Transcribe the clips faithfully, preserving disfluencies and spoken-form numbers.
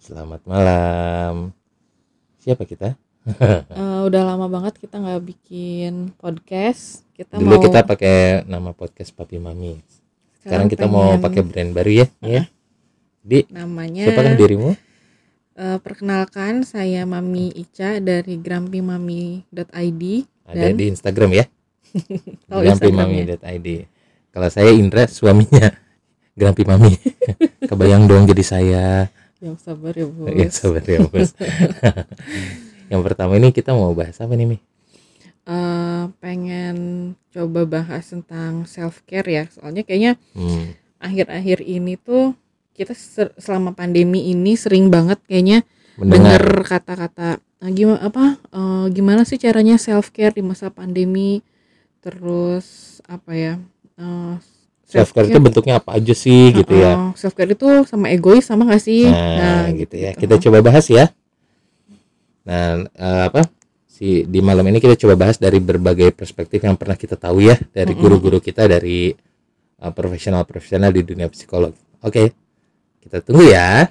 Selamat malam. Siapa kita? Uh, udah lama banget kita nggak bikin podcast. Kita Dulu mau kita pakai nama podcast Papi Mami. Sekarang, sekarang kita mau pengen pakai brand baru ya, ya. Di namanya. siapakah dirimu? Uh, perkenalkan, saya Mami Ica dari grumpy mami dot i d. Ada Dan di Instagram ya. kalau grumpy mami dot i d. Kalau saya Indra, suaminya Grumpy Mami. Kebayang dong jadi saya. Yang sabar ya bos. Ya sabar ya bos. Yang pertama ini kita mau bahas apa nih Mi? Uh, pengen coba bahas tentang self care ya. Soalnya kayaknya hmm. akhir-akhir ini tuh kita ser- selama pandemi ini sering banget kayaknya mendengar denger kata-kata uh, gimana apa uh, gimana sih caranya self care di masa pandemi. Terus apa ya? Uh, self care itu bentuknya apa aja sih gitu uh, ya. Self care itu sama egois sama gak sih? Nah, nah gitu, gitu ya. Kita coba bahas ya. Nah, uh, apa? Si di malam ini kita coba bahas dari berbagai perspektif yang pernah kita tahu ya, dari guru-guru kita, dari uh, profesional-profesional di dunia psikolog. Oke. Okay. Kita tunggu ya.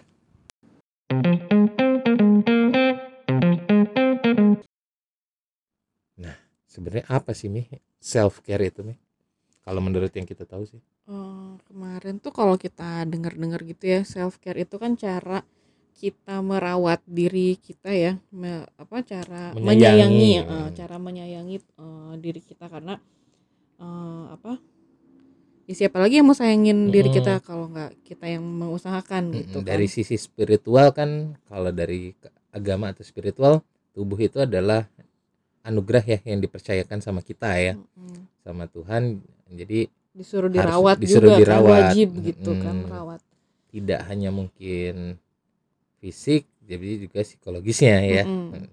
Nah, sebenarnya apa sih Mi self care itu Mi? Kalau menurut yang kita tahu sih. Oh, kemarin tuh kalau kita dengar-dengar gitu ya, self care itu kan cara kita merawat diri kita ya, me, apa cara menyayangi, menyayangi uh, cara menyayangi uh, diri kita karena uh, apa? Ya siapa lagi yang mau sayangin hmm. diri kita kalau nggak kita yang mengusahakan hmm, gitu kan. Dari sisi spiritual kan, kalau dari agama atau spiritual, tubuh itu adalah anugerah ya yang dipercayakan sama kita ya, hmm. sama Tuhan. Jadi disuruh dirawat disuruh juga dirawat. Kan wajib gitu hmm. kan merawat. Tidak hanya mungkin fisik, jadi juga psikologisnya ya. Hmm.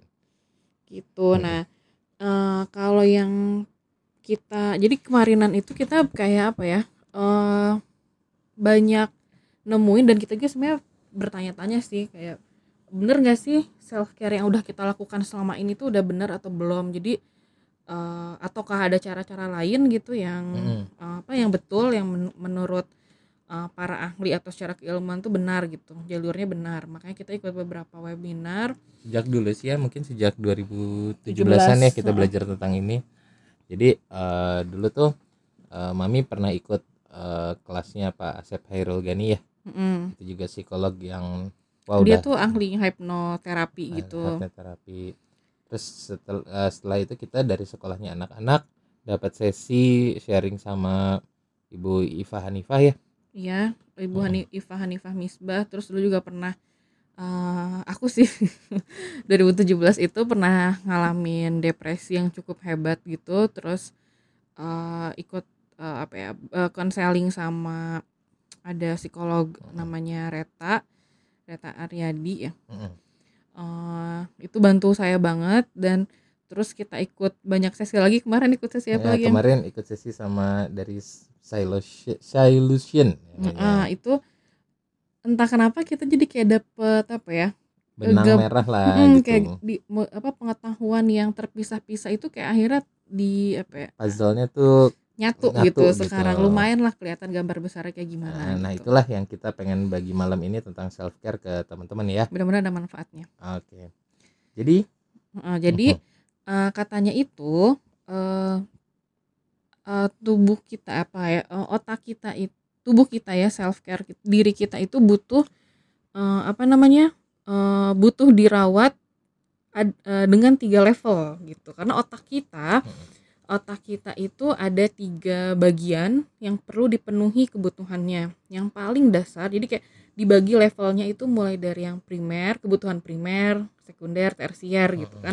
Gitu. Hmm. Nah, uh, kalau yang kita jadi kemarinan itu kita kayak apa ya? Uh, banyak nemuin dan kita juga sebenarnya bertanya-tanya sih kayak bener nggak sih self care yang udah kita lakukan selama ini tuh udah bener atau belum? Jadi uh, ataukah ada cara-cara lain gitu yang hmm. uh, apa yang betul yang men- menurut uh, para ahli atau secara keilmuan tuh benar gitu, jalurnya benar. Makanya kita ikut beberapa webinar. Sejak dulu sih ya, mungkin sejak dua ribu tujuh belasan ya kita belajar uh. tentang ini. Jadi uh, dulu tuh uh, Mami pernah ikut uh, kelasnya Pak Asep Hairul Ghani ya. Mm. Itu juga psikolog yang wow, dia udah, tuh ahli hipnoterapi uh, gitu. Hipnoterapi. Terus setel, uh, setelah itu kita dari sekolahnya anak-anak dapat sesi sharing sama Ibu Iva Hanifah ya. Iya, Ibu hmm. Iva Hanifah Misbah. Terus dulu juga pernah uh, aku sih dua ribu tujuh belas itu pernah ngalamin depresi yang cukup hebat gitu. Terus uh, ikut uh, apa ya konseling uh, sama ada psikolog hmm. namanya Reta Reta Aryadi ya. Hmm. Uh, itu bantu saya banget. Dan terus kita ikut banyak sesi lagi. Kemarin ikut sesi apa ya, lagi? Kemarin yang? ikut sesi sama dari Solution. Uh, itu entah kenapa kita jadi kayak dapet apa ya? Benang Gab- merah lah hmm, gitu. Kayak di apa pengetahuan yang terpisah-pisah itu kayak akhirnya di apa ya? Puzzle-nya tuh nyatu, nyatu gitu. Sekarang gitu. Lumayan lah kelihatan gambar besarnya kayak gimana. Nah, gitu. nah itulah yang kita pengen bagi malam ini tentang self care ke teman-teman ya. Benar-benar ada manfaatnya. Oke. Okay. Jadi uh, jadi uh, katanya itu uh, uh, tubuh kita apa ya? Uh, otak kita itu tubuh kita ya self care diri kita itu butuh uh, apa namanya? Uh, butuh dirawat ad, uh, dengan tiga level gitu. Karena otak kita otak kita itu ada tiga bagian yang perlu dipenuhi kebutuhannya. Yang paling dasar, jadi kayak dibagi levelnya itu mulai dari yang primer, kebutuhan primer, sekunder, tersier gitu kan.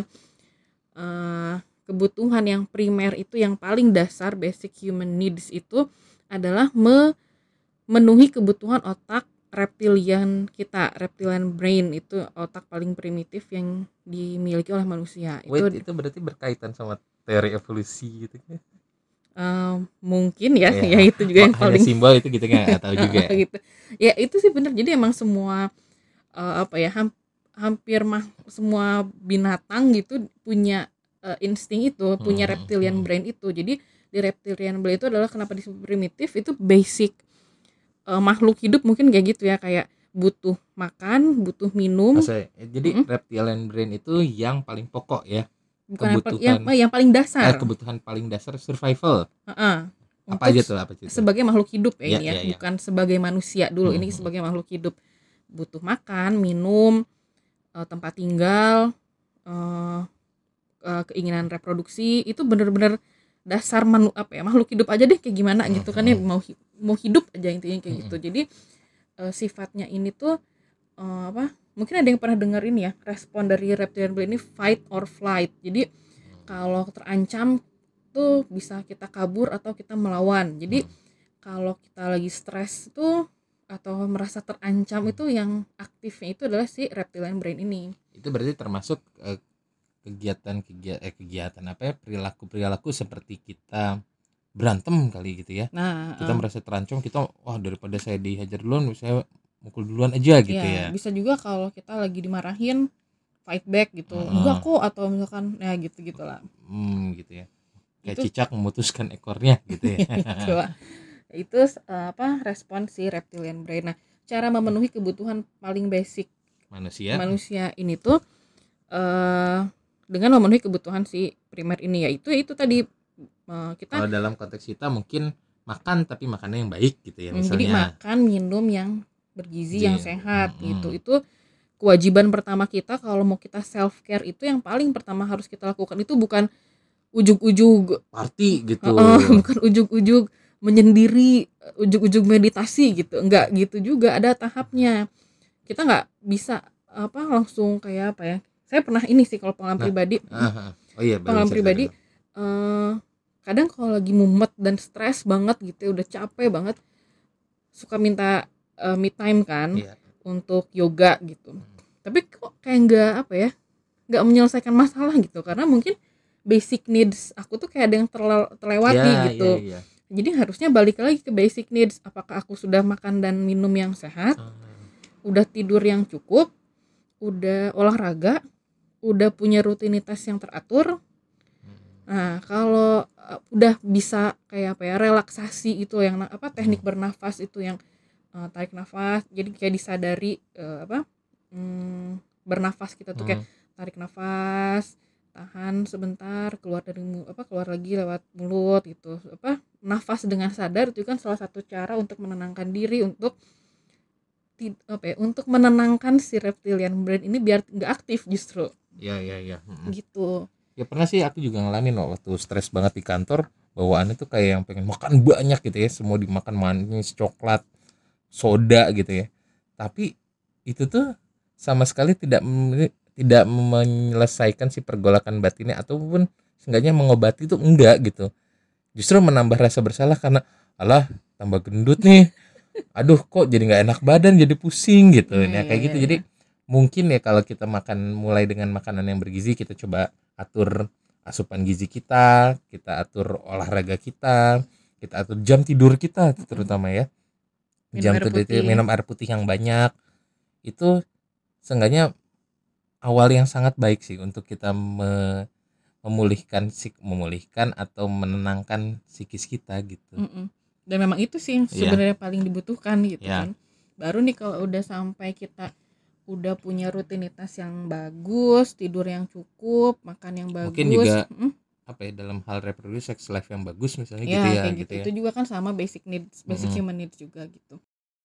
Uh, kebutuhan yang primer itu yang paling dasar, basic human needs itu adalah memenuhi kebutuhan otak reptilian kita, reptilian brain itu otak paling primitif yang dimiliki oleh manusia. Wait, itu itu berarti berkaitan sama teori evolusi gitu kan? Uh, mungkin ya, ya, ya itu juga yang paling simbol itu gitu nggak tahu juga. Gitu. Ya itu sih benar. Jadi emang semua uh, apa ya ham, hampir mah semua binatang gitu punya uh, insting itu, punya hmm, reptilian hmm. brain itu. Jadi di reptilian brain itu adalah kenapa disebut primitif itu basic uh, makhluk hidup mungkin kayak gitu ya, kayak butuh makan, butuh minum. Maksudnya, eh, jadi Mm-mm. reptilian brain itu yang paling pokok ya, Bukan yang, pal- yang, kebutuhan yang paling eh, dasar. kebutuhan paling dasar survival. Heeh. Apa Untuk aja s- tuh, apa aja tuh? sebagai makhluk hidup ya Iya, ini ya, iya, iya. bukan sebagai manusia dulu, ini Mhm. sebagai makhluk hidup. Butuh makan, minum, eh, tempat tinggal, eh, eh, keinginan reproduksi, itu benar-benar dasar manu apa ya, makhluk hidup aja deh kayak gimana gitu kan ya, Mhm. mau hi- mau hidup aja intinya kayak gitu. Mhm. Jadi eh, sifatnya ini tuh eh, apa? Mungkin ada yang pernah dengar ini ya, respon dari reptilian brain ini fight or flight. Jadi kalau terancam tuh bisa kita kabur atau kita melawan. Jadi Mhm. kalau kita lagi stres tuh atau merasa terancam itu yang aktifnya itu adalah si reptilian brain ini. Itu berarti termasuk eh, kegiatan kegiatan eh, kegiatan apa ya, perilaku perilaku seperti kita berantem kali gitu ya. Nah, Kita eh, merasa terancam, kita wah daripada saya dihajar duluan, saya mukul duluan aja gitu ya ya. bisa juga kalau kita lagi dimarahin fight back gitu. Heeh. Enggak kok, atau misalkan ya gitu gitulah. Hmm, gitu ya. Kayak Itu cicak memutuskan ekornya gitu ya. itu itu eh, apa respon si reptilian brain. Nah, cara memenuhi kebutuhan paling basic Manusia. manusia ini tuh eh dengan memenuhi kebutuhan si primer ini, yaitu itu tadi eh, kita Kalau dalam konteks kita mungkin makan, tapi makannya yang baik gitu ya mm, jadi misalnya. makan minum yang bergizi yang Jin. sehat Mm-mm. gitu. Itu kewajiban pertama kita kalau mau kita self care. Itu yang paling pertama harus kita lakukan itu bukan ujug-ujug Party gitu. Heeh, bukan ujug-ujug menyendiri, ujug-ujug meditasi gitu, enggak gitu juga, ada tahapnya. Kita nggak bisa apa langsung kayak apa ya, saya pernah ini sih kalau pengalaman Nah, pribadi aha. Oh iya, boleh pengalaman cerita pribadi dulu. eh, kadang kalau lagi mumet dan stres banget gitu ya, udah capek banget, suka minta eh, me time kan Iya. untuk yoga gitu. Tapi kok kayak nggak apa ya, nggak menyelesaikan masalah gitu, karena mungkin basic needs aku tuh kayak ada yang terle- terlewati Ya, gitu. ya, ya. Jadi harusnya balik lagi ke basic needs. Apakah aku sudah makan dan minum yang sehat, Ah, udah tidur yang cukup, udah olahraga, udah punya rutinitas yang teratur. Nah, kalau uh, udah bisa kayak apa ya, relaksasi itu yang na- apa teknik bernafas itu yang uh, tarik nafas. Jadi kayak disadari uh, apa hmm, bernafas kita tuh kayak hmm. tarik nafas, tahan sebentar, keluar dari mu- apa keluar lagi lewat mulut gitu. Apa nafas dengan sadar itu kan salah satu cara untuk menenangkan diri, untuk ti- apa ya, untuk menenangkan si reptilian brain ini biar nggak aktif justru Ya, ya, ya. Mm-mm. gitu. Ya pernah sih aku juga ngalamin loh, waktu stres banget di kantor, bawaannya tuh kayak yang pengen makan banyak gitu ya, semua dimakan, manis, coklat, soda gitu ya. Tapi itu tuh sama sekali tidak mem- tidak menyelesaikan si pergolakan batinnya, ataupun seenggaknya mengobati itu enggak gitu. Justru menambah rasa bersalah karena alah tambah gendut nih. Aduh kok jadi nggak enak badan, jadi pusing gitu. Iya, Nah iya, kayak iya, gitu. iya. Jadi mungkin ya kalau kita makan mulai dengan makanan yang bergizi, kita coba atur asupan gizi kita, kita atur olahraga kita, kita atur jam tidur kita terutama ya. Minum Jam air tidur itu, putih. minum air putih yang banyak. Itu seenggaknya awal yang sangat baik sih untuk kita me- memulihkan sik memulihkan atau menenangkan psikis kita gitu. Mm-mm. Dan memang itu sih yang Iya. sebenarnya paling dibutuhkan gitu Iya. kan. Baru nih kalau udah sampai kita udah punya rutinitas yang bagus, tidur yang cukup, makan yang bagus. Mungkin juga Mm, apa ya, dalam hal reproduksi, sex life yang bagus misalnya ya gitu ya kayak gitu gitu. ya. Itu juga kan sama basic needs, basic Mm-mm. human needs juga gitu.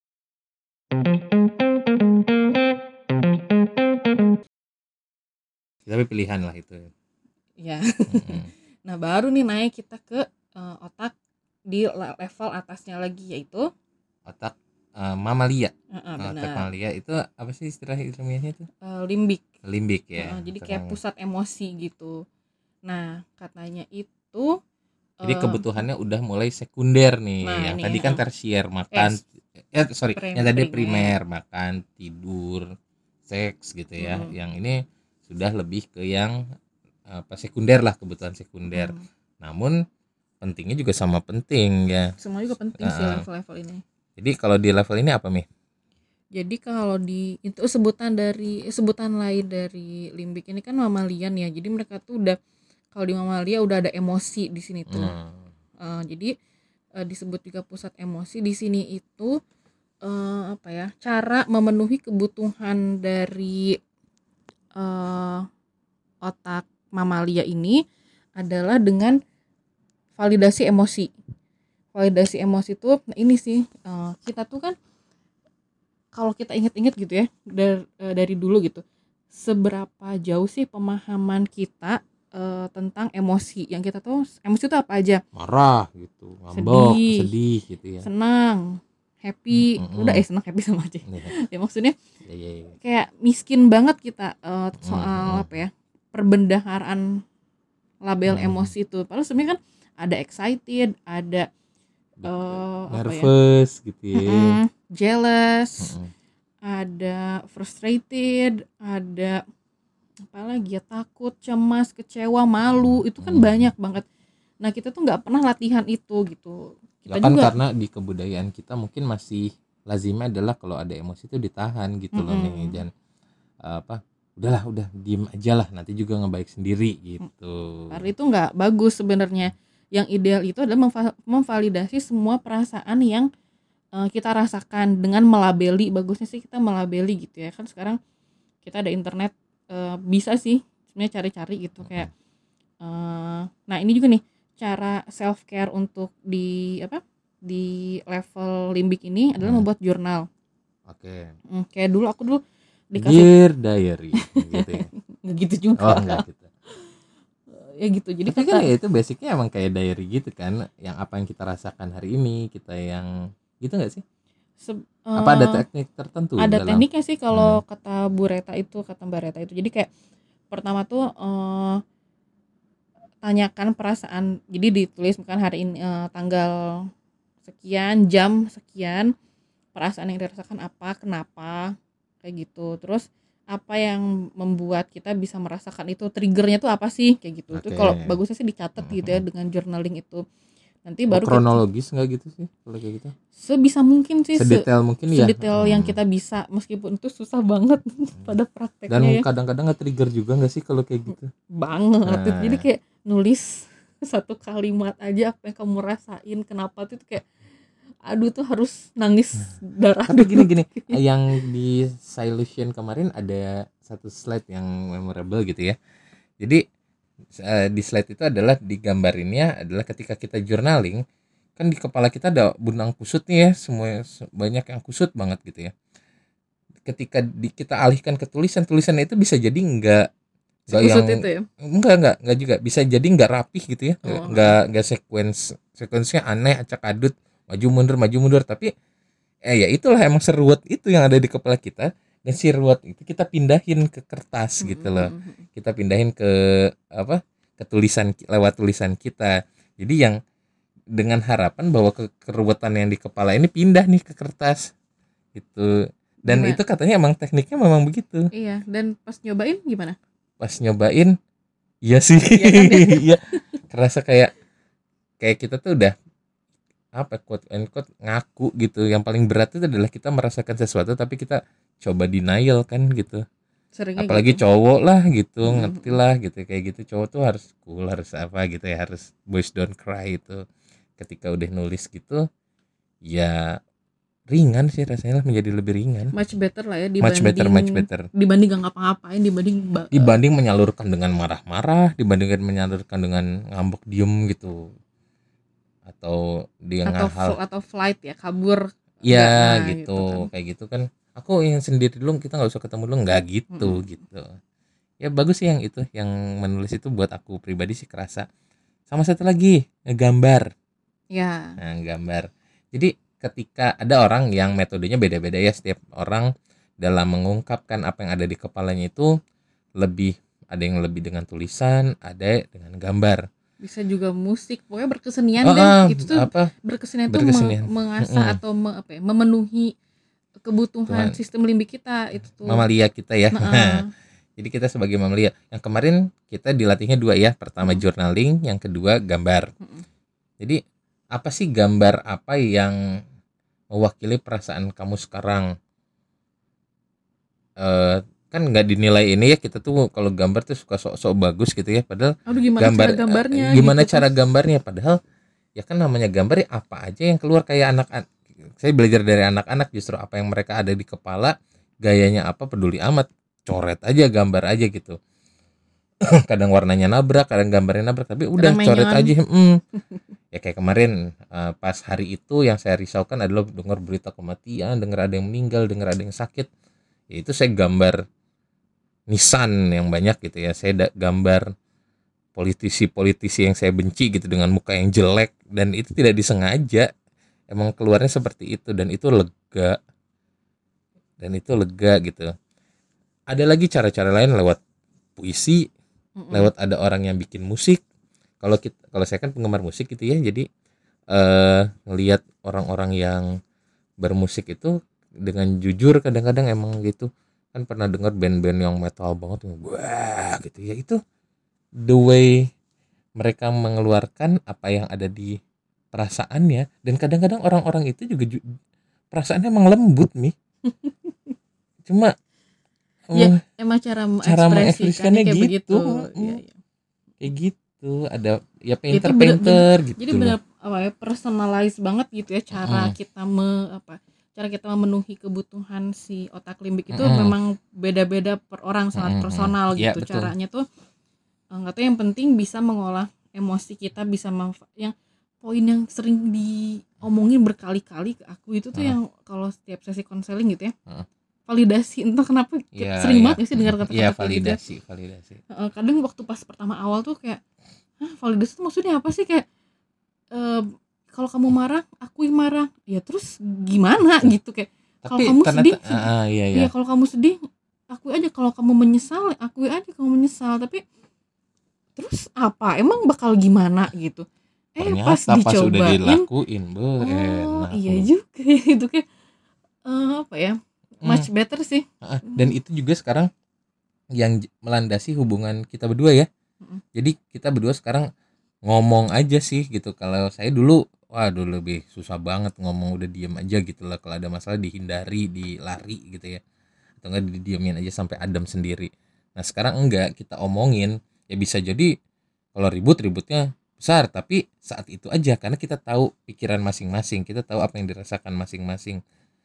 Tapi pilihan lah itu. Ya. Mm-mm. Nah, baru nih naik kita ke eh, otak di la- level atasnya lagi, yaitu Otak eh, mamalia. uh, Nah, otak benar mamalia itu apa sih istilah ilmiahnya itu? eh, limbik. Limbik ya. Uh, jadi Otak kayak mamalia. pusat emosi gitu. Nah, katanya itu Jadi uh, kebutuhannya udah mulai sekunder nih. Nah, Yang ini, tadi kan uh, tersier, makan, eh, eh sorry, prim- yang tadi primer. primer, makan, tidur, seks gitu ya. Hmm. Yang ini sudah lebih ke yang apa, sekunder lah, kebutuhan sekunder. Hmm. Namun pentingnya juga sama penting ya. Semua juga penting sih Uh, level-level ini. Jadi kalau di level ini apa Mi? Jadi kalau di itu sebutan dari sebutan lain dari limbik ini kan mamalian ya. Jadi mereka tuh udah, kalau di mamalia udah ada emosi di sini tuh. Hmm. Uh, jadi uh, disebut juga pusat emosi di sini itu eh, apa ya, cara memenuhi kebutuhan dari eh, otak mamalia ini adalah dengan validasi emosi. Validasi emosi itu nah ini sih eh, kita tuh kan kalau kita inget-inget gitu ya dari, dari dulu gitu, seberapa jauh sih pemahaman kita eh, tentang emosi. Yang kita tahu emosi itu apa aja? Marah gitu, ngambek, Sedih, sedih gitu ya. senang, happy. Mm-mm. Udah eh senang happy sama aja. Yeah. Ya maksudnya Yeah, yeah, yeah. kayak miskin banget kita eh, soal Mm-mm. apa ya? Perbendaharaan label Mm-mm. emosi itu. Padahal sebenarnya kan ada excited, ada eh, apa ya? Nervous gitu ya. Mm-mm, jealous, Mm-mm. ada frustrated, ada apa lagi ya, takut, cemas, kecewa, malu, itu kan Hmm. banyak banget. Nah kita tuh nggak pernah latihan itu gitu. Kita Ya kan juga karena di kebudayaan kita mungkin masih lazimnya adalah kalau ada emosi itu ditahan gitu loh nih, Mm-mm. dan apa udahlah udah diem aja lah nanti juga ngebaik sendiri gitu. Karena itu nggak bagus sebenarnya. Yang ideal itu adalah memva- memvalidasi semua perasaan yang eh, kita rasakan dengan melabeli. Bagusnya sih kita melabeli gitu ya. Kan sekarang kita ada internet, eh, bisa sih sebenarnya cari-cari gitu kayak eh, nah ini juga nih cara self care untuk di apa di level limbik ini adalah Hmm. membuat jurnal. Oke. Hmm, kayak dulu aku dulu dikasih Dear diary gitu ya. nggak gitu juga. Oh enggak gitu. Ya gitu. Jadi Tapi kata kan ya itu basicnya emang kayak diary gitu kan, yang apa yang kita rasakan hari ini kita yang gitu nggak sih? se- Apa ada eh, teknik tertentu ada dalam? tekniknya sih kalau kata Bu Reta itu, kata Mbak Reta itu. Jadi kayak pertama tuh eh, tanyakan perasaan. Jadi ditulis misalkan hari ini eh, tanggal sekian, jam sekian, perasaan yang dirasakan apa, kenapa, kayak gitu. Terus apa yang membuat kita bisa merasakan itu, triggernya tuh apa sih, kayak gitu. Itu Oke. kalau bagusnya sih dicatat gitu ya dengan journaling itu. Nanti Oh, baru kita, kronologis nggak gitu sih kalau kayak gitu? sebisa mungkin sih, se- Sedetail mungkin ya. sedetail yang Hmm. kita bisa, meskipun itu susah banget pada Dan prakteknya ya kadang-kadang nge-trigger juga nggak sih kalau kayak gitu? banget. Nah. Jadi kayak nulis satu kalimat aja apa yang kamu rasain, kenapa tuh kayak aduh tuh harus nangis darah. Tapi dulu. gini-gini, yang di Solution kemarin ada satu slide yang memorable gitu ya. Jadi eh, di slide itu adalah digambarinnya adalah ketika kita journaling, kan di kepala kita ada benang kusut nih ya, semua banyak yang kusut banget gitu ya. Ketika di, kita alihkan ke tulisan, tulisan itu bisa jadi enggak enggak yang Sekusut itu ya. enggak enggak enggak juga bisa jadi enggak rapih gitu ya. Oh, Enggak enggak sequence sequence-nya aneh, acak adut, maju mundur maju mundur, tapi eh ya itulah emang seruat itu yang ada di kepala kita, dan si ruwet itu kita pindahin ke kertas gitu loh. Kita pindahin ke apa? Ke tulisan lewat tulisan kita. Jadi yang dengan harapan bahwa ke keruwetan yang di kepala ini pindah nih ke kertas gitu. Dan Gimana? itu katanya emang tekniknya memang begitu. Iya, dan pas nyobain gimana? Pas nyobain iya sih. Iya kan ya? Iya. Kerasa kayak kayak kita tuh udah apa quote and quote ngaku gitu. Yang paling berat itu adalah kita merasakan sesuatu tapi kita coba denial kan gitu. Seringnya Apalagi gitu. cowok lah gitu, Hmm. ngerti lah gitu kayak gitu. Cowok tuh harus cool, harus apa gitu ya, harus boys don't cry itu. Ketika udah nulis gitu ya ringan sih rasanya, menjadi lebih ringan. Much better lah ya dibanding Much better, much better. dibanding gak ngapa-ngapain, dibanding ba- Dibanding menyalurkan dengan marah-marah, dibandingkan menyalurkan dengan ngambek diem gitu. Atau dengan atau hal fl- atau flight ya, kabur. ya Nah, gitu, kan. kayak gitu kan. Aku ingin sendiri dulu, kita nggak usah ketemu dulu, nggak gitu Mm-mm. gitu. Ya bagus sih yang itu, yang menulis itu buat aku pribadi sih kerasa. Sama satu lagi, ngegambar. Ya. Nah, gambar. Jadi ketika ada orang yang metodenya beda-beda ya, setiap orang dalam mengungkapkan apa yang ada di kepalanya itu lebih, ada yang lebih dengan tulisan, ada dengan gambar. Bisa juga musik, pokoknya berkesenian Oh, deh. ah, Itu tuh apa? berkesenian, tuh Berkesenian. me- mengasah Mm-mm. atau me- apa ya, memenuhi kebutuhan Tuhan. sistem limbik kita itu tuh. Mamalia kita ya. Nah, Jadi kita sebagai mamalia. Yang kemarin kita dilatihnya dua ya. Pertama Mm. journaling, yang kedua gambar. Mm-mm. Jadi apa sih gambar apa yang mewakili perasaan kamu sekarang? Eh kan nggak dinilai ini ya, kita tuh kalau gambar tuh suka sok-sok bagus gitu ya, padahal aduh gimana gambar cara gambarnya eh, gimana gitu cara tuh. gambarnya, padahal ya kan namanya gambar ya apa aja yang keluar kayak anak saya belajar dari anak-anak justru apa yang mereka ada di kepala, gayanya apa peduli amat, coret aja, gambar aja gitu. Kadang warnanya nabrak, kadang gambarnya nabrak, tapi udah Kadang coret menyon. aja. hmm. Ya kayak kemarin uh, pas hari itu yang saya risaukan adalah dengar berita kematian, dengar ada yang meninggal, dengar ada yang sakit. Ya itu saya gambar nisan yang banyak gitu ya, saya da- gambar politisi-politisi yang saya benci gitu dengan muka yang jelek, dan itu tidak disengaja, emang keluarnya seperti itu, dan itu lega, dan itu lega gitu. Ada lagi cara-cara lain lewat puisi, Mm-mm. lewat ada orang yang bikin musik. Kalau kita, kalau saya kan penggemar musik gitu ya, jadi eh ngelihat orang-orang yang bermusik itu dengan jujur kadang-kadang emang gitu. Kan pernah dengar band-band yang metal banget, wah gitu ya, itu the way mereka mengeluarkan apa yang ada di perasaannya, dan kadang-kadang orang-orang itu juga ju- perasaannya emang lembut nih, cuma Ya, eh, emang cara cara mengekspresikannya mengekspresikannya kayak gitu. begitu. Iya, mm, iya. kayak gitu, ada ya Itu bener, bener painter-painter jadi gitu loh. bener apa ya, personalize banget gitu ya cara Mm-mm, kita me apa cara kita memenuhi kebutuhan si otak limbik itu mm-mm, memang beda-beda per orang, sangat mm-mm, mm-mm. personal Ya gitu betul. caranya tuh. Eh, nggak tahu, yang penting bisa mengolah emosi kita, bisa manfa- yang poin yang sering diomongin berkali-kali ke aku itu tuh Heeh, yang kalau setiap sesi konseling gitu ya, heeh. validasi. Entah kenapa Iya, kita sering iya. banget ya sih Mm-mm. dengar Iya, kata-kata kayak gitu ya. validasi, validasi. Eh, kadang waktu pas pertama awal tuh kayak, hah, validasi itu maksudnya apa sih, kayak eh, kalau kamu marah aku yang marah ya, terus gimana Betul. gitu, kayak kalau Tapi kamu sedih, ternyata sedih. ah, iya iya. Iya, kalau kamu sedih akui aja, kalau kamu menyesal akui aja kamu menyesal, tapi terus apa emang bakal gimana gitu. Eh pas Ternyata pas udah dicobain, dilakuin, be oh enak iya loh. juga ya, itu kayak eh, apa ya, Hmm, much better sih. heeh. Dan Hmm. itu juga sekarang yang j- melandasi hubungan kita berdua ya. Mm-mm. Jadi kita berdua sekarang ngomong aja sih gitu. Kalau saya dulu, waduh lebih susah banget ngomong, udah diem aja gitu lah. Kalau ada masalah dihindari, dilari gitu ya. Atau enggak didiemin aja sampai adem sendiri. Nah sekarang enggak, kita omongin. Ya bisa jadi kalau ribut, ributnya besar, tapi saat itu aja karena kita tahu pikiran masing-masing, kita tahu apa yang dirasakan masing-masing.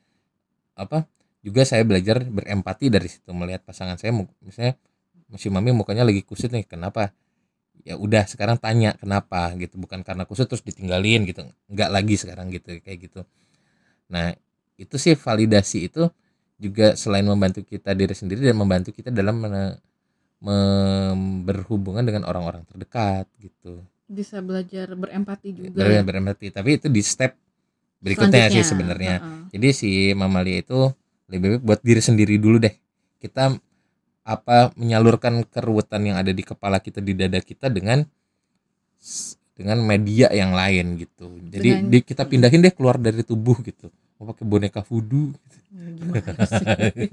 Apa juga saya belajar berempati dari situ, melihat pasangan saya mu- misalnya si mami mukanya lagi kusut nih, kenapa? Ya udah sekarang tanya kenapa gitu, bukan karena kusut terus ditinggalin gitu, enggak lagi sekarang gitu, kayak gitu. Nah itu sih validasi itu juga selain membantu kita diri sendiri dan membantu kita dalam mene- mem- berhubungan dengan orang-orang terdekat gitu. Bisa belajar berempati juga Ber- ya berempati, tapi itu di step berikutnya sih selanjutnya. sebenarnya. Heeh. Jadi si Mamalia itu lebih baik buat diri sendiri dulu deh. Kita apa menyalurkan keruwetan yang ada di kepala kita, di dada kita dengan dengan media yang lain gitu. Jadi Dengan di, kita mm, pindahin deh keluar dari tubuh gitu. Mau pakai boneka voodoo. gimana sih.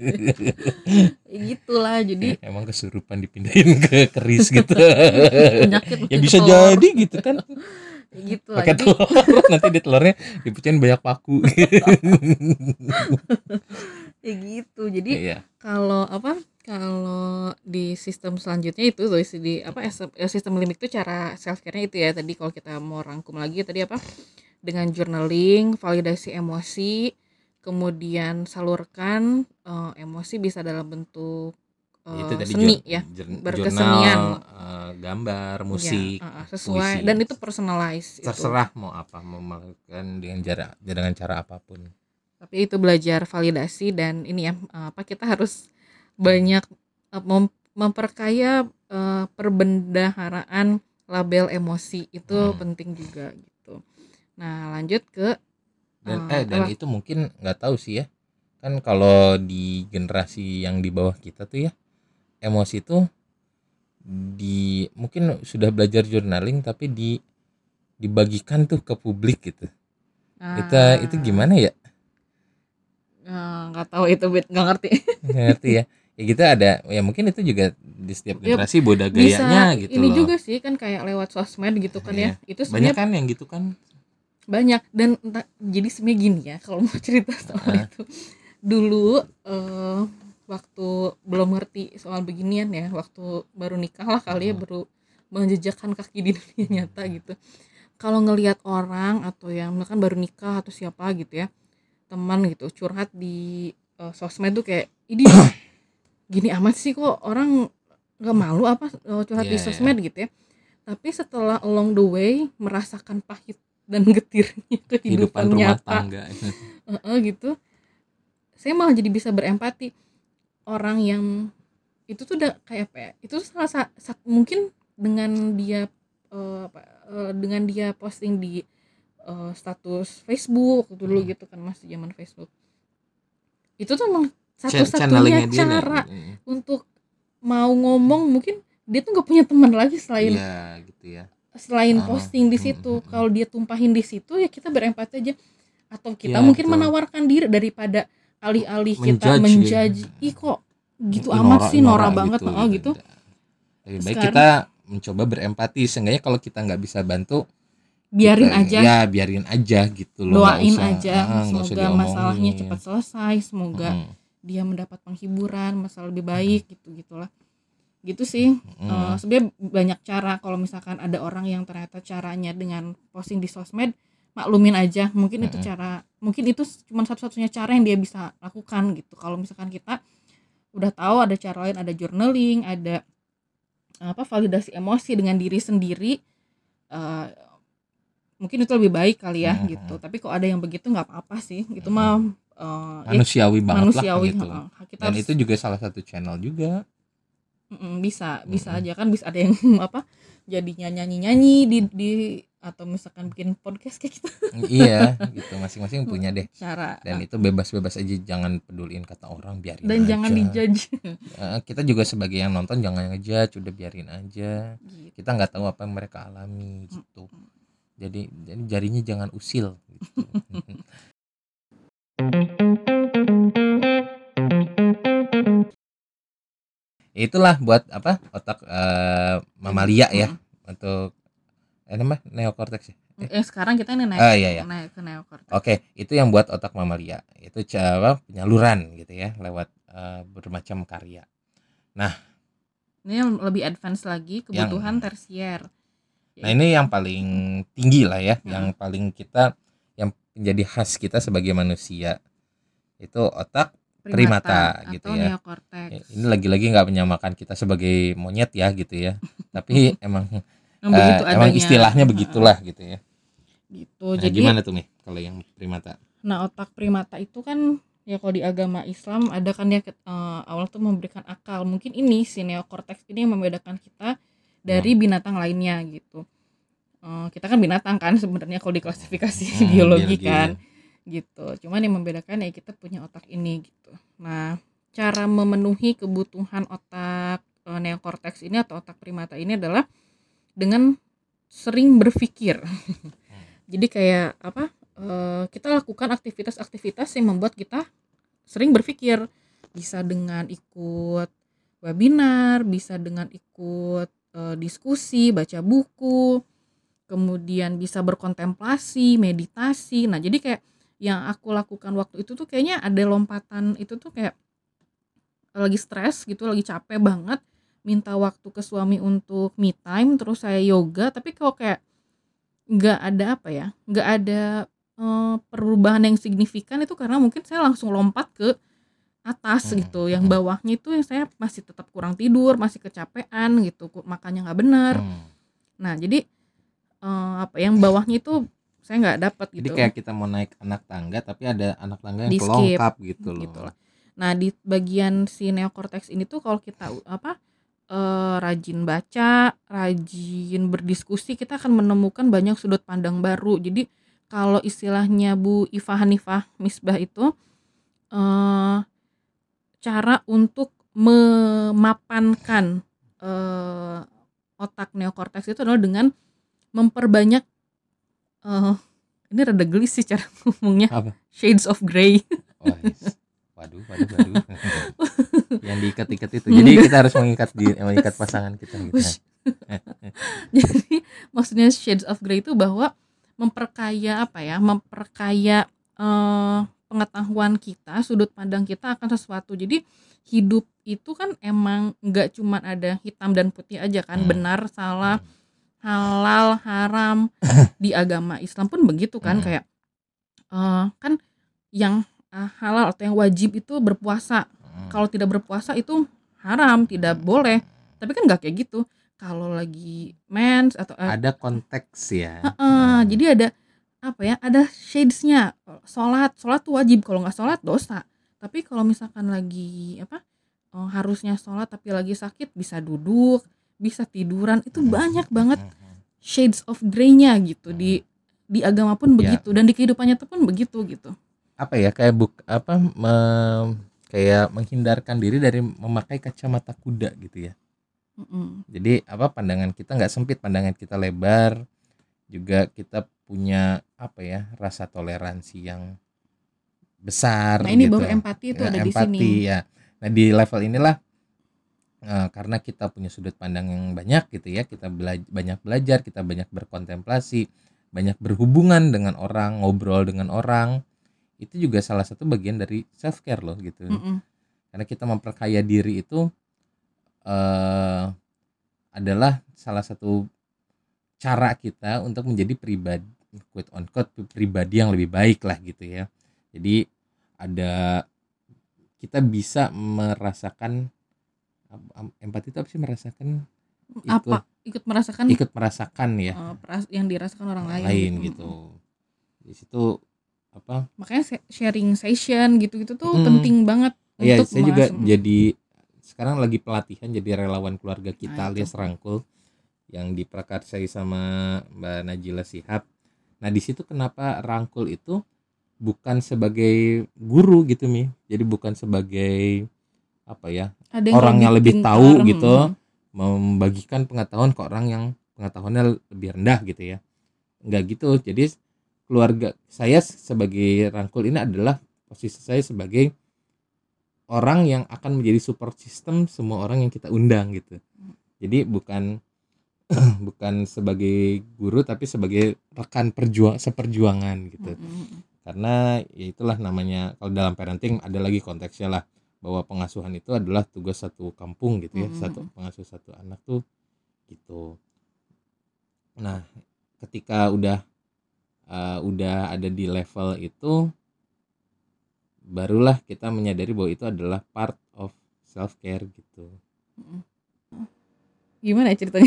Ya gitulah, jadi Emang kesurupan dipindahin ke keris gitu. penyakit Ya mungkin bisa ketelor. jadi gitu kan. Ya gitulah, Pakai jadi telur, nanti di telurnya dipecahin banyak paku. ya gitu. Jadi Iya. kalau apa, kalau di sistem selanjutnya itu tuh isi di apa es- eh, sistem limit itu cara self care-nya itu ya, tadi kalau kita mau rangkum lagi tadi apa, dengan journaling, validasi emosi, kemudian salurkan eh, emosi bisa dalam bentuk Ya, itu eh, tadi seni jur- ya, jur- jurnal, berkesenian eh, gambar, ya, musik, eh, sesuai, puisi. dan itu personalize itu. Terserah mau apa, mau melakukan dengan cara dengan cara apapun. Tapi itu belajar validasi, dan ini ya eh, apa, kita harus banyak eh, mem- memperkaya eh, perbendaharaan label emosi itu Hmm. penting juga gitu. Nah lanjut ke Dan eh, eh dan apa itu mungkin nggak tahu sih ya. Kan kalau di generasi yang di bawah kita tuh ya, emosi tuh di mungkin sudah belajar journaling tapi di dibagikan tuh ke publik gitu. Itu itu ah, gimana ya? eh, nggak tahu itu, Bet, nggak ngerti. Nggak ngerti ya. Ya gitu ada, ya mungkin itu juga di setiap Ya generasi boda bisa gayanya gitu ini loh. juga sih kan, kayak lewat sosmed gitu kan ya, Iya. itu Banyak sebenarnya kan yang gitu kan. banyak. Dan entah, jadi sebenarnya gini ya kalau mau cerita soal Ah, itu, dulu eh, waktu belum ngerti soal beginian ya, waktu baru nikah lah kali ya, mm, baru menjejakkan kaki di dunia nyata gitu, kalau ngelihat orang atau yang misalkan baru nikah atau siapa gitu ya, teman gitu curhat di uh, sosmed tuh kayak ini gini amat sih kok orang nggak malu apa uh, curhat Iya, di iya. sosmed gitu ya. Tapi setelah along the way merasakan pahit dan getirnya kehidupan Kehidupan rumah nyata tangga. uh-uh, gitu, saya malah jadi bisa berempati. Orang yang itu tuh udah kayak apa ya, itu tuh salah sa- sa- mungkin dengan dia uh, apa, uh, dengan dia posting di uh, status Facebook dulu Hmm. gitu kan, masih zaman Facebook, itu tuh emang Cha- satu-satunya channelingnya dia nih. cara Mm. untuk mau ngomong. Mungkin dia tuh nggak punya teman lagi selain Iya gitu ya. selain Oh, posting di mm, situ. mm, mm. Kalau dia tumpahin di situ ya kita berempati aja, atau kita Iya, mungkin betul. menawarkan diri daripada alih-alih kita Menjudge menjudge, gitu. ih kok gitu Ih, amat Nora, sih, ih, Nora Nora banget, gitu, oh gitu. gitu. Lebih baik Sekarang kita mencoba berempati. Seenggaknya kalau kita nggak bisa bantu, biarin kita, aja, ya biarin aja gitu loh. Nggak doain usah, aja, ah, nggak usah semoga masalahnya diomongin. cepat selesai, semoga Mm-mm. dia mendapat penghiburan, masalah lebih baik gitu gitulah. Gitu sih. Mm-mm. Uh, sebenarnya banyak cara. Kalau misalkan ada orang yang ternyata caranya dengan posting di sosmed, maklumin aja, mungkin itu Mm-mm. cara, mungkin itu cuma satu-satunya cara yang dia bisa lakukan gitu. Kalau misalkan kita udah tahu ada cara lain, ada journaling, ada apa validasi emosi dengan diri sendiri, uh, mungkin itu lebih baik kali ya. Mm-mm. Gitu. Tapi kalau ada yang begitu nggak apa-apa sih, itu mah uh, ya Manusiawi banget manusiawi, lah gitu. uh, kita Dan harus, itu juga salah satu channel juga. mm, bisa bisa Mm-mm. aja kan, bisa ada yang apa jadinya nyanyi-nyanyi di di atau misalkan bikin podcast kayak gitu. Iya gitu, masing-masing punya deh. Cara Dan uh, itu bebas-bebas aja, jangan peduliin kata orang, biarin dan aja. jangan dijudge. Eh, kita juga sebagai yang nonton jangan ngejudge, udah biarin aja. Gitu. Kita nggak tahu apa yang mereka alami gitu. Jadi, jadi jarinya jangan usil gitu. Itulah buat apa otak eh, mamalia ya, untuk ini mah neokortex ya. Eh, eh sekarang kita ini naik, Ah, iya, iya. naik ke neokortex. Oke, itu yang buat otak mamalia. Itu cara penyaluran gitu ya, lewat uh, bermacam karya. Nah, ini yang lebih advance lagi, kebutuhan yang, tersier. Nah, ini yang paling tinggi lah ya, Hmm. yang paling kita, yang menjadi khas kita sebagai manusia. Itu otak primata, primata gitu atau ya. neokortex. Ini lagi-lagi nggak menyamakan kita sebagai monyet ya gitu ya. Tapi emang Yang begitu uh, emang adanya. istilahnya begitulah gitu ya. Gitu. Nah, Jadi gimana tuh nih kalau yang primata? Nah, otak primata itu kan ya kalau di agama Islam ada kan ya uh, awal tuh memberikan akal. Mungkin ini si neokortex ini yang membedakan kita dari Hmm. binatang lainnya gitu. Uh, kita kan binatang kan sebenarnya kalau diklasifikasi Hmm, biologi biologi, kan. ya. Gitu. Cuman yang membedakan ya kita punya otak ini gitu. Nah, cara memenuhi kebutuhan otak uh, neokortex ini atau otak primata ini adalah dengan sering berpikir. Jadi kayak apa? Uh, kita lakukan aktivitas-aktivitas yang membuat kita sering berpikir. Bisa dengan ikut webinar, bisa dengan ikut uh, diskusi, baca buku, kemudian bisa berkontemplasi, meditasi. Nah, jadi kayak yang aku lakukan waktu itu tuh kayaknya ada lompatan itu tuh kayak lagi stres gitu, lagi capek banget, minta waktu ke suami untuk me time, terus saya yoga, tapi kok kayak nggak ada apa ya, nggak ada uh, perubahan yang signifikan. Itu karena mungkin saya langsung lompat ke atas Hmm. gitu, yang bawahnya itu yang saya masih tetap kurang tidur, masih kecapean gitu, makannya nggak benar. Hmm. Nah, jadi uh, apa yang bawahnya itu saya nggak dapat gitu. Jadi kayak kita mau naik anak tangga tapi ada anak tangga yang Di skip, kelongkap gitu loh. gitu lah. Nah, di bagian si neokortex ini tuh kalau kita apa uh, rajin baca, rajin berdiskusi, kita akan menemukan banyak sudut pandang baru. Jadi kalau istilahnya Bu Iva Hanifah Misbah itu uh, cara untuk memapankan uh, otak neokortex itu adalah dengan memperbanyak uh, ini rada gelis sih cara ngomongnya. Apa? Shades of grey. Oh, yes. Waduh, waduh, waduh. Yang diikat-ikat itu. Jadi kita harus mengikat di mengikat pasangan kita gitu. Jadi maksudnya shades of grey itu bahwa memperkaya apa ya? Memperkaya uh, pengetahuan kita, sudut pandang kita akan sesuatu. Jadi hidup itu kan emang nggak cuma ada hitam dan putih aja kan, hmm. benar, salah, halal, haram. Di agama Islam pun begitu kan, hmm. kayak uh, kan yang uh, halal atau yang wajib itu berpuasa. Hmm. Kalau tidak berpuasa itu haram, tidak boleh. Tapi kan nggak kayak gitu. Kalau lagi mens atau uh, Ada konteks ya. uh, uh, Hmm. jadi ada apa ya? Ada shadesnya. Sholat, sholat tuh wajib. Kalau nggak sholat dosa. Tapi kalau misalkan lagi apa? Uh, harusnya sholat tapi lagi sakit, bisa duduk, bisa tiduran. Itu banyak banget shades of grey-nya gitu di di agama pun Ya. begitu, dan di kehidupan nyata pun begitu gitu. Apa ya, kayak buk apa me- kayak menghindarkan diri dari memakai kacamata kuda gitu ya. Mm-mm. Jadi apa, pandangan kita nggak sempit, pandangan kita lebar, juga kita punya apa ya, rasa toleransi yang besar. Nah ini gitu. baru empati itu Ya, ada di empati sini. ya. Nah di level inilah eh, karena kita punya sudut pandang yang banyak gitu ya, kita bela- banyak belajar, kita banyak berkontemplasi, banyak berhubungan dengan orang, ngobrol dengan orang, itu juga salah satu bagian dari self care loh gitu. Mm-mm. Karena kita memperkaya diri itu eh, adalah salah satu cara kita untuk menjadi pribadi, quote on quote, pribadi yang lebih baik lah gitu ya. Jadi ada, kita bisa merasakan empati itu apa sih, merasakan ikut, Apa ikut merasakan ikut merasakan ya uh, peras- yang dirasakan orang lain, lain gitu. gitu. Di situ apa? Makanya se- sharing session gitu-gitu tuh Mm. penting banget. Iya, Untuk saya juga mas- jadi sekarang lagi pelatihan jadi relawan keluarga kita Nah, itu. alias Rangkul yang diprakarsai sama Mbak Najila Shihab. Nah di situ kenapa Rangkul itu bukan sebagai guru gitu Mi, jadi bukan sebagai apa ya, Ada yang orang yang lebih pintar, tahu hmm. gitu, membagikan pengetahuan ke orang yang pengetahuannya lebih rendah gitu ya. Enggak gitu. Jadi keluarga saya sebagai Rangkul ini adalah posisi saya sebagai orang yang akan menjadi support system semua orang yang kita undang gitu. Jadi bukan bukan sebagai guru tapi sebagai rekan perjuang seperjuangan gitu. Mm-mm. Karena ya itulah namanya, kalau dalam parenting ada lagi konteksnya lah, bahwa pengasuhan itu adalah tugas satu kampung gitu ya. Mm-mm. Satu pengasuh satu anak tuh gitu. Nah, ketika udah uh, udah ada di level itu, barulah kita menyadari bahwa itu adalah part of self care gitu. Gimana ya ceritanya?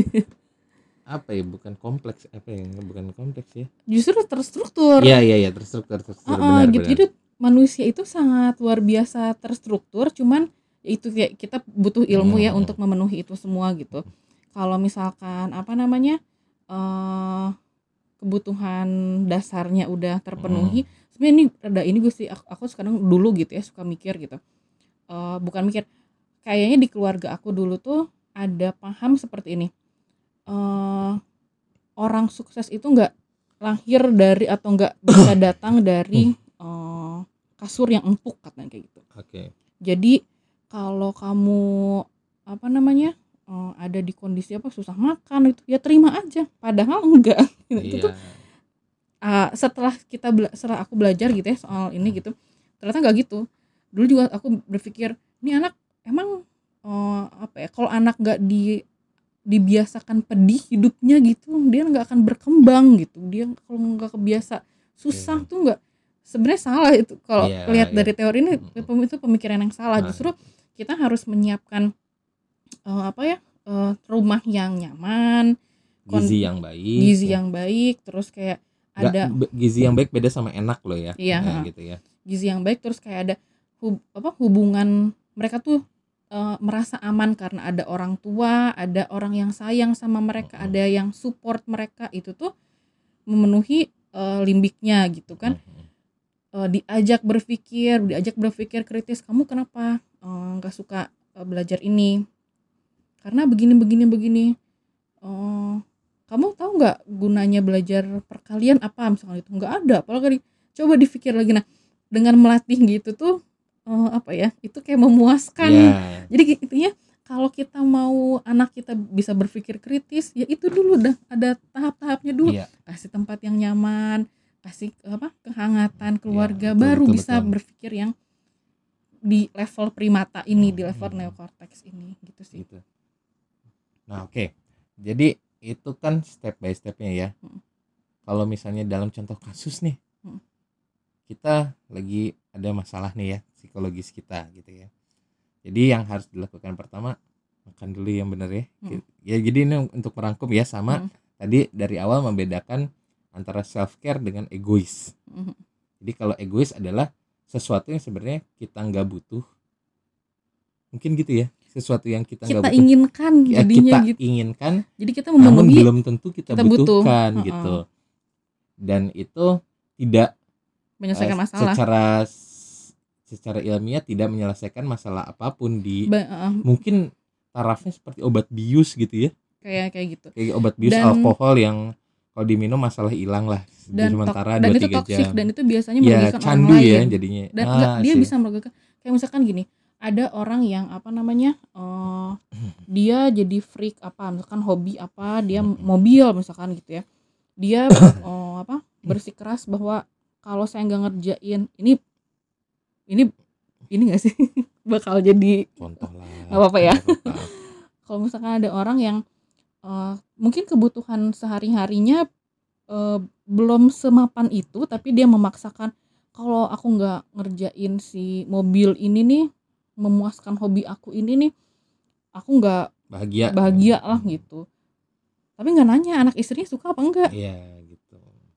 Apa ya, bukan kompleks, apa ya, bukan kompleks ya, Justru terstruktur. iya iya iya terstruktur terstruktur Uh-uh, benar gitu. benar. Jadi manusia itu sangat luar biasa terstruktur, cuman ya itu kayak kita butuh ilmu ya Hmm. untuk memenuhi itu semua gitu. Kalau misalkan apa namanya uh, kebutuhan dasarnya udah terpenuhi, sebenarnya ini rada ini gue sih aku, aku sekarang dulu gitu ya suka mikir gitu. Uh, bukan mikir, kayaknya di keluarga aku dulu tuh ada paham seperti ini. Uh, orang sukses itu nggak lahir dari atau nggak bisa datang dari uh, kasur yang empuk, katanya kayak gitu. Oke. Okay. Jadi kalau kamu apa namanya uh, ada di kondisi apa susah makan itu ya terima aja, padahal enggak. Itu tuh uh, setelah kita bela- setelah aku belajar gitu ya soal ini gitu, ternyata nggak gitu. Dulu juga aku berpikir ini anak emang uh, apa ya, kalau anak nggak di dibiasakan pedih hidupnya gitu, dia nggak akan berkembang gitu. Dia kalau nggak kebiasa susah yeah. tuh nggak, sebenarnya salah itu kalau yeah, lihat yeah. dari teori ini. Mm-hmm. Itu pemikiran yang salah. Nah, justru kita harus menyiapkan uh, apa ya uh, rumah yang nyaman, gizi kon- yang baik, gizi ya. yang baik, terus kayak Nggak, ada gizi yang baik beda sama enak loh ya. Iya, nah, gitu ya. Gizi yang baik, terus kayak ada hub, apa hubungan mereka tuh Uh, merasa aman karena ada orang tua, ada orang yang sayang sama mereka, mm-hmm. ada yang support mereka. Itu tuh memenuhi uh, limbiknya gitu kan. Mm-hmm. uh, diajak berpikir, diajak berpikir kritis. Kamu kenapa uh, gak suka uh, belajar ini? Karena begini begini begini. Uh, kamu tahu nggak gunanya belajar perkalian apa misalnya? Itu nggak ada. Apalagi coba dipikir lagi. Nah, dengan melatih gitu tuh Uh, apa ya, itu kayak memuaskan. Yeah. Jadi intinya kalau kita mau anak kita bisa berpikir kritis, ya itu dulu dah ada tahap-tahapnya dulu. Yeah. Kasih tempat yang nyaman, kasih apa kehangatan keluarga, yeah, betul, baru betul, bisa betul. berpikir yang di level primata ini, hmm. di level hmm. neokortex ini gitu sih. Gitu. Nah oke, okay. Jadi itu kan step by stepnya ya. Hmm. Kalau misalnya dalam contoh kasus nih, hmm. kita lagi ada masalah nih ya psikologis kita gitu ya. Jadi yang harus dilakukan pertama makan dulu yang benar ya. Hmm. Ya jadi ini untuk merangkum ya sama Hmm. tadi dari awal membedakan antara self care dengan egois. Hmm. Jadi kalau egois adalah sesuatu yang sebenarnya kita nggak butuh, mungkin gitu ya, sesuatu yang kita nggak Kita butuh, inginkan ya jadinya kita gitu. inginkan, Jadi kita namun memenuhi belum tentu kita, kita butuh. butuhkan Heeh. gitu. Dan itu tidak Menyelesaikan eh, masalah. secara secara ilmiah tidak menyelesaikan masalah apapun di Ba- heeh, mungkin tarafnya seperti obat bius gitu ya, kayak kayak gitu. kayak obat bius Dan alkohol yang kalau diminum masalah hilang lah dan tok- sementara dan dua itu tiga toksik jam. dan itu biasanya Ya merugikan orang candu ya lain. jadinya. Dan enggak, Ah dia sih. bisa merugikan. Kayak misalkan gini, ada orang yang apa namanya? eh dia jadi freak apa, misalkan hobi apa, dia mobil misalkan gitu ya. Dia eh, apa? bersikeras bahwa kalau saya nggak ngerjain ini ini ini nggak sih bakal jadi Contoh lah. nggak apa-apa ya. Nggak apa-apa. Kalau misalkan ada orang yang eh, mungkin kebutuhan sehari-harinya eh, belum semapan itu, tapi dia memaksakan kalau aku nggak ngerjain si mobil ini nih, memuaskan hobi aku ini nih, aku nggak Bahagia. bahagia lah gitu. Tapi nggak nanya anak istrinya suka apa enggak. Iya gitu.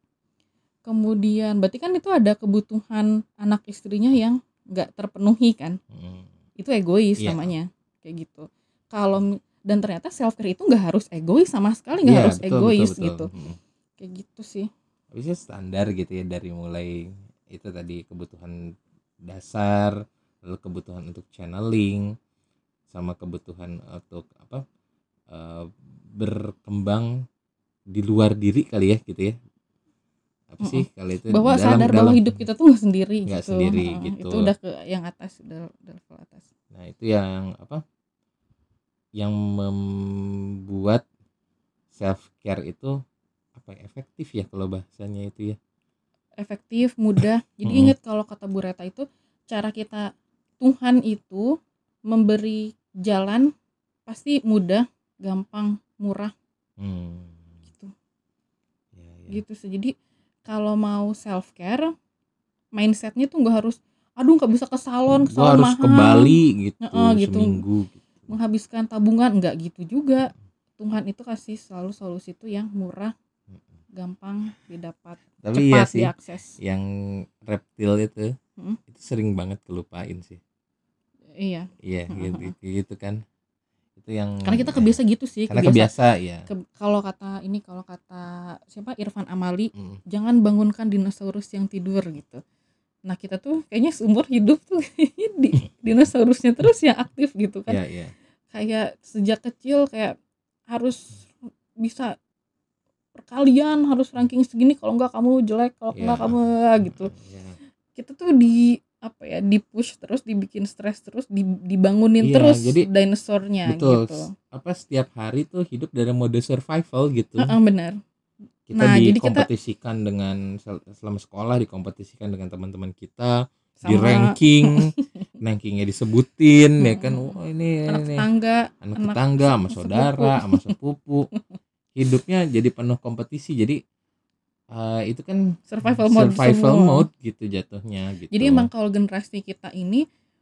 Kemudian berarti kan itu ada kebutuhan anak istrinya yang nggak terpenuhi kan. Hmm. Itu egois Iya. namanya kayak gitu. Kalau mi- dan ternyata self care itu nggak harus egois sama sekali, nggak Iya, harus betul, egois betul, betul. gitu. Hmm. Kayak gitu sih. Habisnya standar gitu ya, dari mulai itu tadi kebutuhan dasar, lalu kebutuhan untuk channeling, sama kebutuhan untuk apa eh, berkembang di luar diri kali ya gitu ya. Apa Mm-mm. sih kalau itu Bahwa dalam sadar dalam bahwa hidup kita tuh nggak sendiri nggak gitu. sendiri Heeh, gitu. Itu udah ke yang atas, udah, udah level atas. Nah itu yang apa yang membuat self care itu apa ya, efektif ya kalau bahasanya itu ya. Efektif, mudah. Jadi Mm-mm. ingat kalau kata Bu Reta itu cara kita, Tuhan itu memberi jalan pasti mudah, gampang, murah Hmm. gitu. Ya, ya. Gitu sih. Jadi kalau mau self care, mindsetnya tuh nggak harus, aduh nggak bisa ke salon, ke Gua salon harus mahal, ke Bali gitu, Heeh, gitu. seminggu gitu. menghabiskan tabungan, nggak gitu juga. Tuhan itu kasih selalu solusi itu yang murah, gampang didapat, Tapi cepat iya sih, diakses. yang reptil itu Hmm. itu sering banget kelupain sih. Iya, Iya gitu, gitu kan. Itu yang karena kita kebiasa gitu sih, karena kebiasa. kebiasa ya. Ke- kalau kata ini, kalau kata siapa, Irfan Amali, Mm. jangan bangunkan dinosaurus yang tidur gitu. Nah kita tuh kayaknya seumur hidup tuh kayaknya di dinosaurusnya terus yang aktif gitu kan. Iya, iya. Kayak sejak kecil kayak harus bisa perkalian, harus ranking segini, kalau enggak kamu jelek, kalau Iya. enggak kamu gitu. Iya. Kita tuh di apa ya, di push terus, dibikin stres terus, di- dibangunin Iya, terus jadi dinosaurnya betul. gitu. Apa setiap hari tuh hidup dalam mode survival gitu. Heeh, benar. Kita Nah, jadi kita dikompetisikan dengan sel- selama sekolah dikompetisikan dengan teman-teman kita, di sama ranking, rankingnya disebutin ya kan. Oh ini anak ini tetangga, anak anak tetangga sama sepupu. saudara sama sepupu. Hidupnya jadi penuh kompetisi. Jadi eh, itu kan survival mode survival semua. mode gitu jatuhnya gitu. Jadi emang kalau generasi kita ini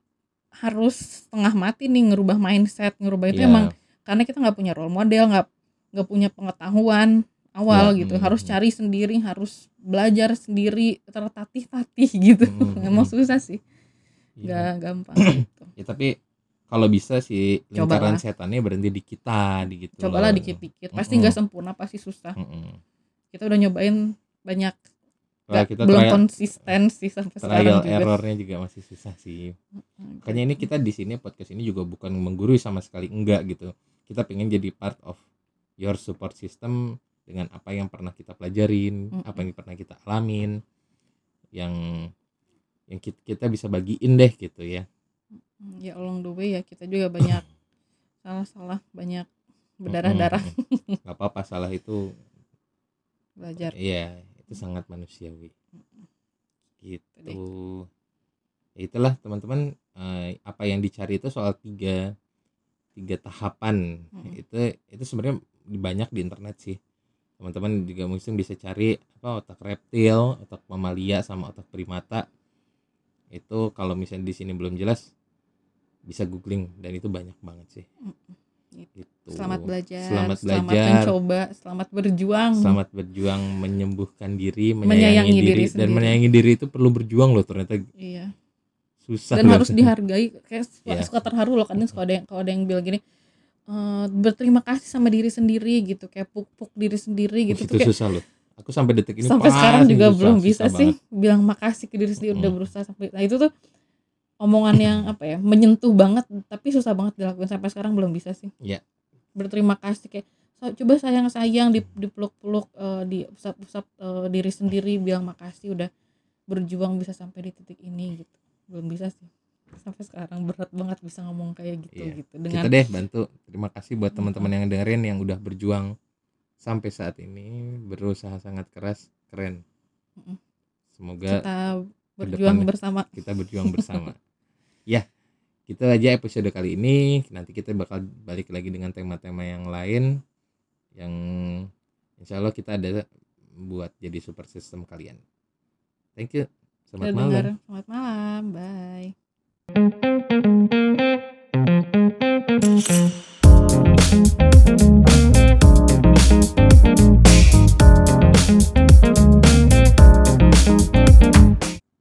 harus setengah mati nih ngerubah mindset, ngerubah itu Iya. emang karena kita nggak punya role model, nggak nggak punya pengetahuan awal Ya, gitu. hmm, Harus hmm. cari sendiri, harus belajar sendiri, tertatih-tatih gitu. Hmm, hmm, Emang hmm. susah sih, Iya. nggak gampang gitu. Ya tapi kalau bisa sih lingkaran Cobalah. setannya berhenti di kita di gitu. Cobalah loh. dikit-dikit, pasti Mm-mm. nggak sempurna, pasti susah. Mm-mm. Kita udah nyobain banyak, Nah, nggak, kita belum trial, konsisten sih sampai sekarang trial juga. errornya juga masih susah sih. Makanya ini kita di sini podcast ini juga bukan menggurui sama sekali, enggak gitu. Kita pengen jadi part of your support system dengan apa yang pernah kita pelajarin, Mm-mm. apa yang pernah kita alamin, yang yang kita, kita bisa bagiin deh gitu ya. Ya along the way ya kita juga banyak salah-salah, banyak berdarah-darah. Mm-mm. Gak apa-apa, salah itu Belajar. iya, itu sangat manusiawi gitu. Deh. Ya itulah teman-teman, eh, apa yang dicari itu soal tiga tiga tahapan. Mm-mm. itu itu sebenarnya banyak di internet sih. Teman-teman juga mungkin bisa cari apa otak reptil, otak mamalia sama otak primata. Itu kalau misalnya di sini belum jelas bisa googling dan itu banyak banget sih. Gitu. Gitu. Selamat belajar, Selamat selamat belajar. mencoba, selamat berjuang. Selamat berjuang menyembuhkan diri, menyayangi, Menyayangi diri, diri dan sendiri. menyayangi diri itu perlu berjuang loh ternyata. Iya. Susah Dan loh. harus dihargai. Kayak suka, Iya. suka terharu loh kadang kalau ada yang kalau ada yang bilang gini, eh, berterima kasih sama diri sendiri gitu, kayak puk-puk diri sendiri gitu Itu tuh kayak susah loh. Aku sampai detik ini sampai sekarang pasti juga susah, belum susah bisa sih banget. bilang makasih ke diri sendiri udah Mm-mm. berusaha sampai. Nah itu tuh omongan yang apa ya, menyentuh banget tapi susah banget dilakuin sampai sekarang belum bisa sih. Iya. Berterima kasih kayak "So- coba sayang-sayang di- dipeluk-peluk, eh, diusap-usap eh, diri sendiri, bilang makasih udah berjuang bisa sampai di titik ini gitu. Belum bisa sih. Sampai sekarang berat banget bisa ngomong kayak gitu Iya. gitu dengan Kita deh bantu. Terima kasih buat Mm-mm. teman-teman yang dengerin yang udah berjuang sampai saat ini, berusaha sangat keras, keren. Mm-mm. Semoga kita berjuang kedepannya bersama. kita berjuang bersama. Ya, kita aja episode kali ini. Nanti kita bakal balik lagi dengan tema-tema yang lain yang insya Allah kita ada buat jadi support system kalian. Thank you. Selamat Kita malam. dengar. Selamat malam. Bye.